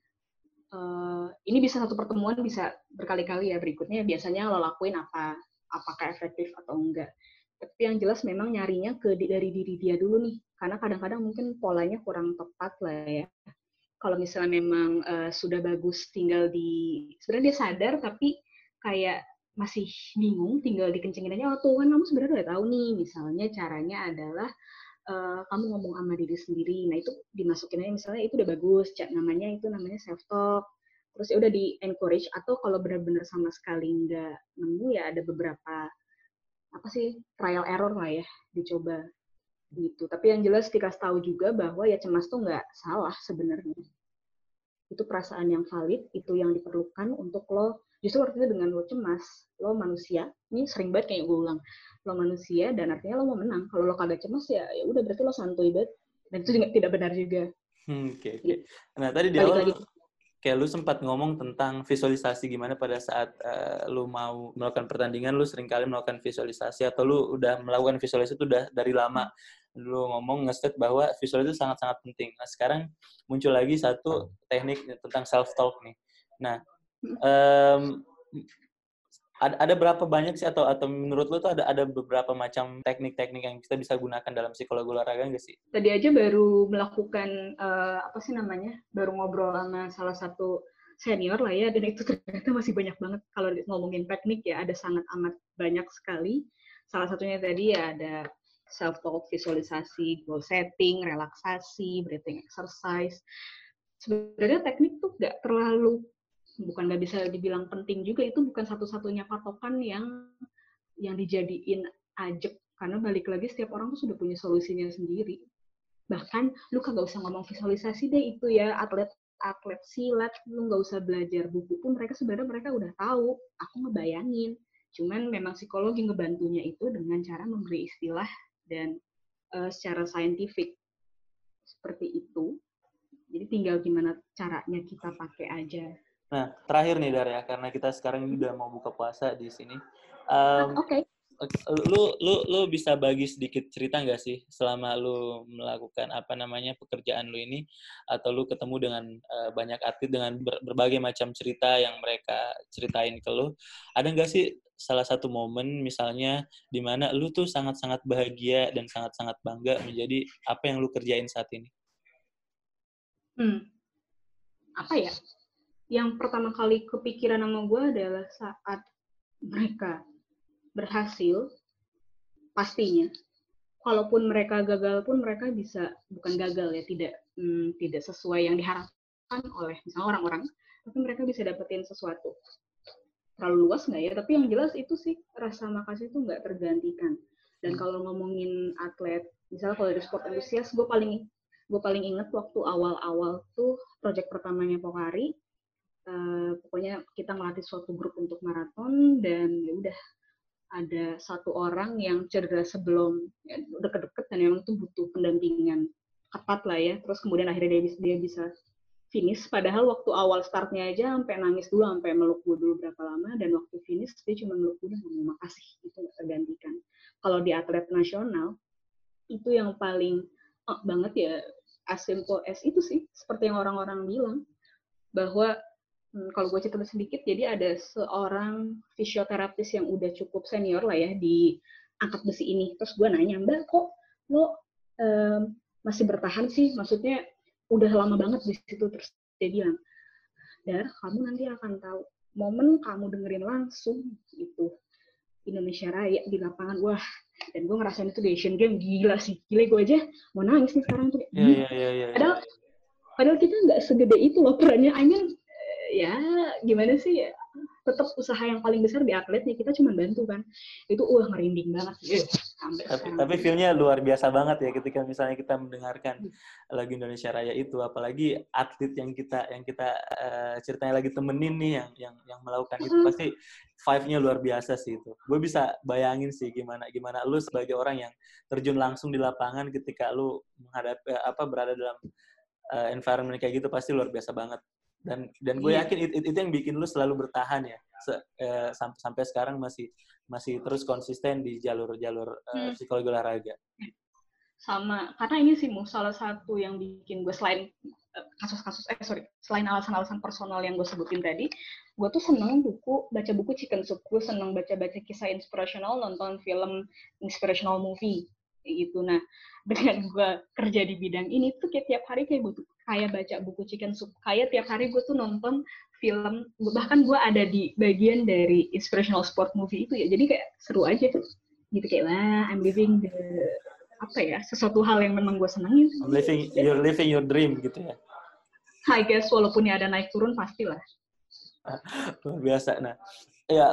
ini bisa satu pertemuan, bisa berkali-kali ya berikutnya, biasanya lo lakuin apa, apakah efektif atau enggak. Tapi yang jelas memang nyarinya dari diri dia dulu nih, karena kadang-kadang mungkin polanya kurang tepat lah ya. Kalau misalnya memang sudah bagus, tinggal sebenarnya dia sadar tapi kayak masih bingung, tinggal dikencengin aja, oh tuh kan kamu sebenarnya udah tahu nih, misalnya caranya adalah kamu ngomong sama diri sendiri, nah itu dimasukin aja misalnya itu udah bagus, namanya self talk. Terus ya udah di encourage, atau kalau benar-benar sama sekali nggak nemu ya ada beberapa trial error lah ya dicoba gitu. Tapi yang jelas dikasih tahu juga bahwa ya cemas tuh nggak salah sebenarnya. Itu perasaan yang valid, itu yang diperlukan untuk lo. Justru artinya dengan lo cemas, lo manusia. Ini sering banget kayak gue ulang. Lo manusia dan artinya lo mau menang. Kalau lo kagak cemas ya udah berarti lo santuy banget. Dan itu juga tidak benar juga. Oke. Nah tadi di awal kayak lu sempat ngomong tentang visualisasi gimana pada saat lu mau melakukan pertandingan, lu seringkali melakukan visualisasi atau lu udah melakukan visualisasi itu udah dari lama. lu ngomong nge-state bahwa visual itu sangat-sangat penting. Nah, sekarang muncul lagi satu teknik tentang self-talk nih. Nah, ada berapa banyak sih atau menurut lu tuh ada beberapa macam teknik-teknik yang kita bisa gunakan dalam psikologi olahraga nggak sih? Tadi aja baru melakukan baru ngobrol sama salah satu senior lah ya, dan itu ternyata masih banyak banget. Kalau ngomongin teknik ya ada sangat amat banyak sekali. Salah satunya tadi ya ada self-talk, visualisasi, goal setting, relaksasi, breathing exercise. Sebenarnya teknik tuh bukan nggak bisa dibilang penting juga, itu bukan satu-satunya patokan yang dijadiin ajak, karena balik lagi setiap orang tuh sudah punya solusinya sendiri. Bahkan lu kagak usah ngomong visualisasi deh, itu ya atlet silat, lu nggak usah belajar buku pun sebenarnya mereka udah tahu. Aku ngebayangin, cuman memang psikologi ngebantunya itu dengan cara memberi istilah dan secara saintifik seperti itu. Jadi tinggal gimana caranya kita pakai aja. Nah, terakhir nih Dar ya, karena kita sekarang ini udah mau buka puasa di sini. Oke. Lu bisa bagi sedikit cerita nggak sih selama lu melakukan pekerjaan lu ini, atau lu ketemu dengan banyak atlet dengan berbagai macam cerita yang mereka ceritain ke lu, ada nggak sih salah satu momen misalnya di mana lu tuh sangat-sangat bahagia dan sangat-sangat bangga menjadi apa yang lu kerjain saat ini? Apa ya? Yang pertama kali kepikiran sama gue adalah saat mereka berhasil, pastinya. Kalaupun mereka gagal pun mereka bisa, bukan gagal ya, tidak sesuai yang diharapkan oleh misalnya orang-orang, tapi mereka bisa dapetin sesuatu. Terlalu luas nggak ya? Tapi yang jelas itu sih, rasa makasih itu nggak tergantikan. Dan kalau ngomongin atlet, misalnya kalau dari sport enthusiast, gue paling inget waktu awal-awal tuh project pertamanya Pokari. Pokoknya kita ngelatih suatu grup untuk maraton, dan ya udah ada satu orang yang cedera sebelum ya, deket-deket, dan memang tuh butuh pendampingan ketat lah ya. Terus kemudian akhirnya dia bisa finish, padahal waktu awal startnya aja sampai nangis dulu, sampai meluk gue dulu berapa lama, dan waktu finish dia cuma meluk gue dan ngomong makasih, itu nggak tergantikan. Kalau di atlet nasional itu yang paling banget ya, as simple as itu sih, seperti yang orang-orang bilang bahwa kalau gue cerita sedikit, jadi ada seorang fisioterapis yang udah cukup senior lah ya di angkat besi ini. Terus gue nanya, Mbak, kok lo masih bertahan sih? Maksudnya udah lama banget di situ. Terus dia bilang, Dar, kamu nanti akan tahu momen kamu dengerin langsung itu Indonesia Raya di lapangan. Wah, dan gue ngerasain itu di Asian Games, gila sih. Gila, gue aja mau nangis nih sekarang tuh. Iya. Padahal kita nggak segede itu loh perannya. I mean, ya gimana sih ya, tetap usaha yang paling besar di atletnya, kita cuma bantu kan. Itu ngerinding banget. Tapi feel-nya luar biasa banget ya ketika misalnya kita mendengarkan lagu Indonesia Raya itu, apalagi atlet yang kita ceritanya lagi temenin nih yang melakukan itu, pasti vibe-nya luar biasa sih itu. Gue bisa bayangin sih gimana lu sebagai orang yang terjun langsung di lapangan ketika lu menghadapi berada dalam environment kayak gitu, pasti luar biasa banget. Dan gue yakin itu yang bikin lu selalu bertahan ya sampai sekarang masih terus konsisten di jalur psikologi olahraga. Sama, karena ini sih salah satu yang bikin gue selain alasan-alasan personal yang gue sebutin tadi, gue tuh seneng baca buku Chicken Soup, gue seneng baca kisah inspirational, nonton film inspirational movie gitu. Nah, dengan gue kerja di bidang ini tuh kayak tiap hari kayak baca buku Chicken Soup, kayak tiap hari gue tuh nonton film, bahkan gue ada di bagian dari inspirational sport movie itu ya, jadi kayak seru aja gitu, kayak I'm living sesuatu hal yang memang gue senengin. You're living your dream gitu ya. I guess walaupun ya ada naik turun pastilah. Luar biasa. Nah, ya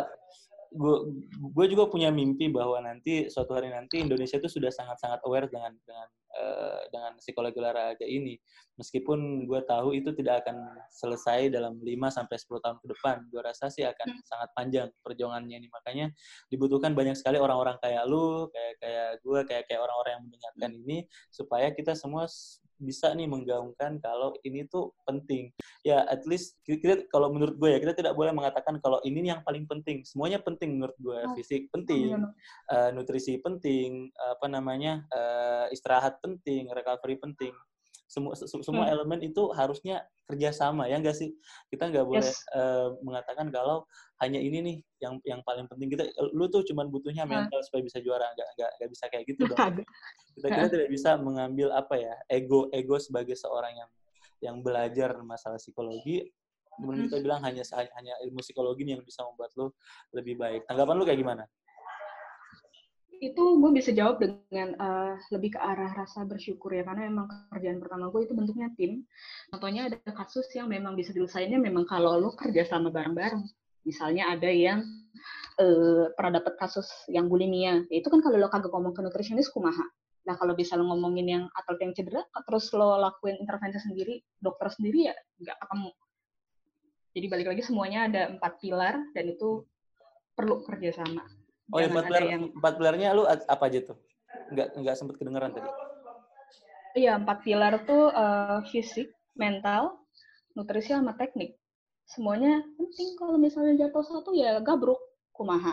gue juga punya mimpi bahwa suatu hari nanti Indonesia itu sudah sangat-sangat aware dengan psikologi olahraga ini. Meskipun gue tahu itu tidak akan selesai dalam 5-10 tahun ke depan. Gue rasa sih akan sangat panjang perjuangannya ini. Makanya dibutuhkan banyak sekali orang-orang kayak lu, kayak gue, kayak orang-orang yang mendengarkan ini, supaya kita semua bisa nih menggaungkan kalau ini tuh penting. Ya at least kita kalau menurut gue ya, kita tidak boleh mengatakan kalau ini yang paling penting. Semuanya penting menurut gue. Fisik penting, nutrisi penting, istirahat penting, recovery penting. Semua elemen itu harusnya kerjasama, ya nggak sih? Kita nggak boleh mengatakan kalau hanya ini nih yang paling penting. Lu tuh cuma butuhnya mental supaya bisa juara, nggak bisa kayak gitu dong. Kita tidak bisa mengambil ego sebagai seorang yang belajar masalah psikologi, kemudian kita bilang hanya ilmu psikologi nih yang bisa membuat lu lebih baik. Tanggapan lu kayak gimana? Itu gue bisa jawab dengan lebih ke arah rasa bersyukur ya, karena memang kerjaan pertama gue itu bentuknya tim. Contohnya ada kasus yang memang bisa diselesaikannya memang kalau lo kerja sama bareng-bareng. Misalnya ada yang pernah dapat kasus yang bulimia, itu kan kalau lo kagak ngomong ke nutrisionis kumaha. Nah kalau bisa lo ngomongin yang atlet yang cedera, terus lo lakuin intervensi sendiri, dokter sendiri ya nggak ketemu. Jadi balik lagi semuanya ada 4 pilar dan itu perlu kerjasama. Oh, yang 4 pilarnya lu apa aja tuh? Nggak sempat kedengeran tadi. Iya, 4 pilar tuh fisik, mental, nutrisi, sama teknik. Semuanya penting. Kalau misalnya jatuh satu ya gabruk, kumaha.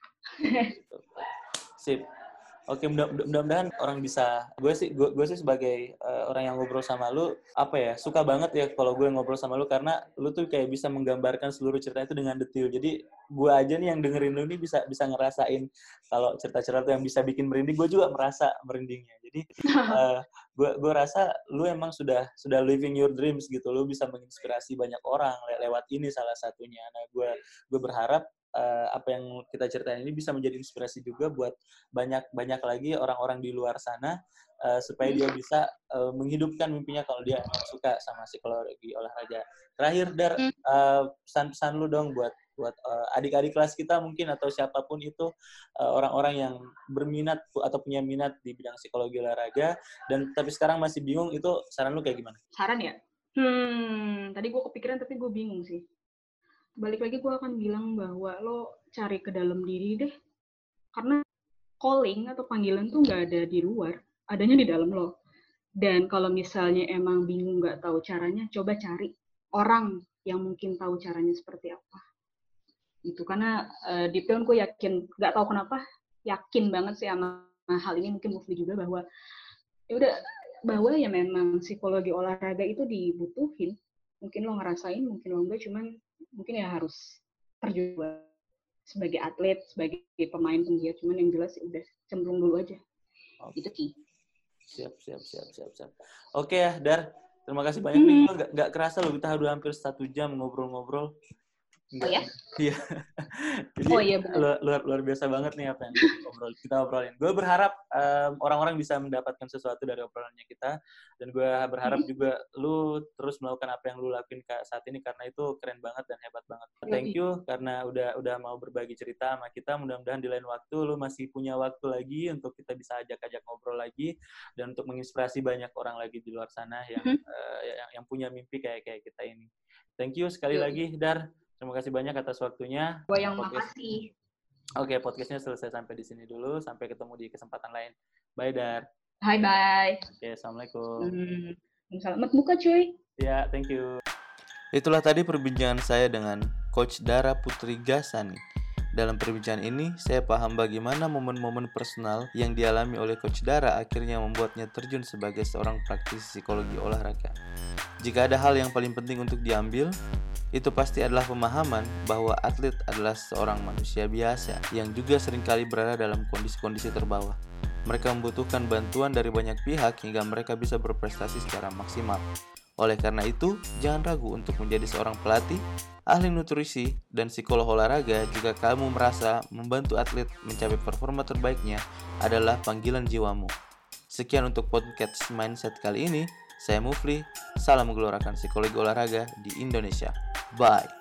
Sip. Oke, mudah-mudahan orang bisa. Gue sih sebagai orang yang ngobrol sama lu, suka banget ya kalau gue ngobrol sama lu, karena lu tuh kayak bisa menggambarkan seluruh cerita itu dengan detail. Jadi gue aja nih yang dengerin lu nih bisa ngerasain kalau cerita-cerita yang bisa bikin merinding, gue juga merasa merindingnya. Jadi gue rasa lu emang sudah living your dreams gitu. Lu bisa menginspirasi banyak orang lewat ini salah satunya. Nah, gue berharap apa yang kita ceritain ini bisa menjadi inspirasi juga buat banyak lagi orang-orang di luar sana, supaya dia bisa menghidupkan mimpinya kalau dia emang suka sama psikologi olahraga. Terakhir, Dar, pesan-pesan lu dong buat adik-adik kelas kita mungkin, atau siapapun itu, orang-orang yang berminat atau punya minat di bidang psikologi olahraga dan tapi sekarang masih bingung, itu saran lu kayak gimana? Saran ya? Tadi gue kepikiran tapi gue bingung sih. Balik lagi gue akan bilang bahwa lo cari ke dalam diri deh, karena calling atau panggilan tuh nggak ada di luar, adanya di dalam lo. Dan kalau misalnya emang bingung nggak tahu caranya, coba cari orang yang mungkin tahu caranya seperti apa. Itu karena deep down gue yakin, nggak tahu kenapa, yakin banget sih sama hal ini, mungkin Mufli juga, bahwa bahwa ya memang psikologi olahraga itu dibutuhin. Mungkin lo ngerasain, mungkin lo enggak, cuman mungkin ya harus terjun sebagai atlet, sebagai pemain penggiat, cuman yang jelas udah cemplung dulu aja. Itu Ki. Siap. Oke ya, Dar. Terima kasih banyak nih. Nggak kerasa loh, kita udah hampir 1 jam ngobrol-ngobrol. Oh ya? Iya. Jadi luar biasa banget nih apa yang kita obrolin. Gue berharap orang-orang bisa mendapatkan sesuatu dari obrolannya kita, dan gue berharap juga lu terus melakukan apa yang lu lakuin saat ini, karena itu keren banget dan hebat banget. Thank you karena udah mau berbagi cerita sama kita. Mudah-mudahan di lain waktu lu masih punya waktu lagi untuk kita bisa ajak ngobrol lagi, dan untuk menginspirasi banyak orang lagi di luar sana yang punya mimpi kayak kita ini. Thank you sekali lagi, Dar. Terima kasih banyak atas waktunya. Gue yang makasih. Oke, podcastnya selesai sampai di sini dulu. Sampai ketemu di kesempatan lain. Bye, Dar. Bye. Oke, Assalamualaikum. Selamat buka, cuy. Ya, thank you. Itulah tadi perbincangan saya dengan Coach Dara Putri Gasani. Dalam perbincangan ini, saya paham bagaimana momen-momen personal yang dialami oleh Coach Dara akhirnya membuatnya terjun sebagai seorang praktisi psikologi olahraga. Jika ada hal yang paling penting untuk diambil, itu pasti adalah pemahaman bahwa atlet adalah seorang manusia biasa yang juga seringkali berada dalam kondisi-kondisi terbawah. Mereka membutuhkan bantuan dari banyak pihak hingga mereka bisa berprestasi secara maksimal. Oleh karena itu, jangan ragu untuk menjadi seorang pelatih, ahli nutrisi, dan psikolog olahraga jika kamu merasa membantu atlet mencapai performa terbaiknya adalah panggilan jiwamu. Sekian untuk podcast Mindset kali ini. Saya Mufli, salam menggelorakan psikologi olahraga di Indonesia. Bye.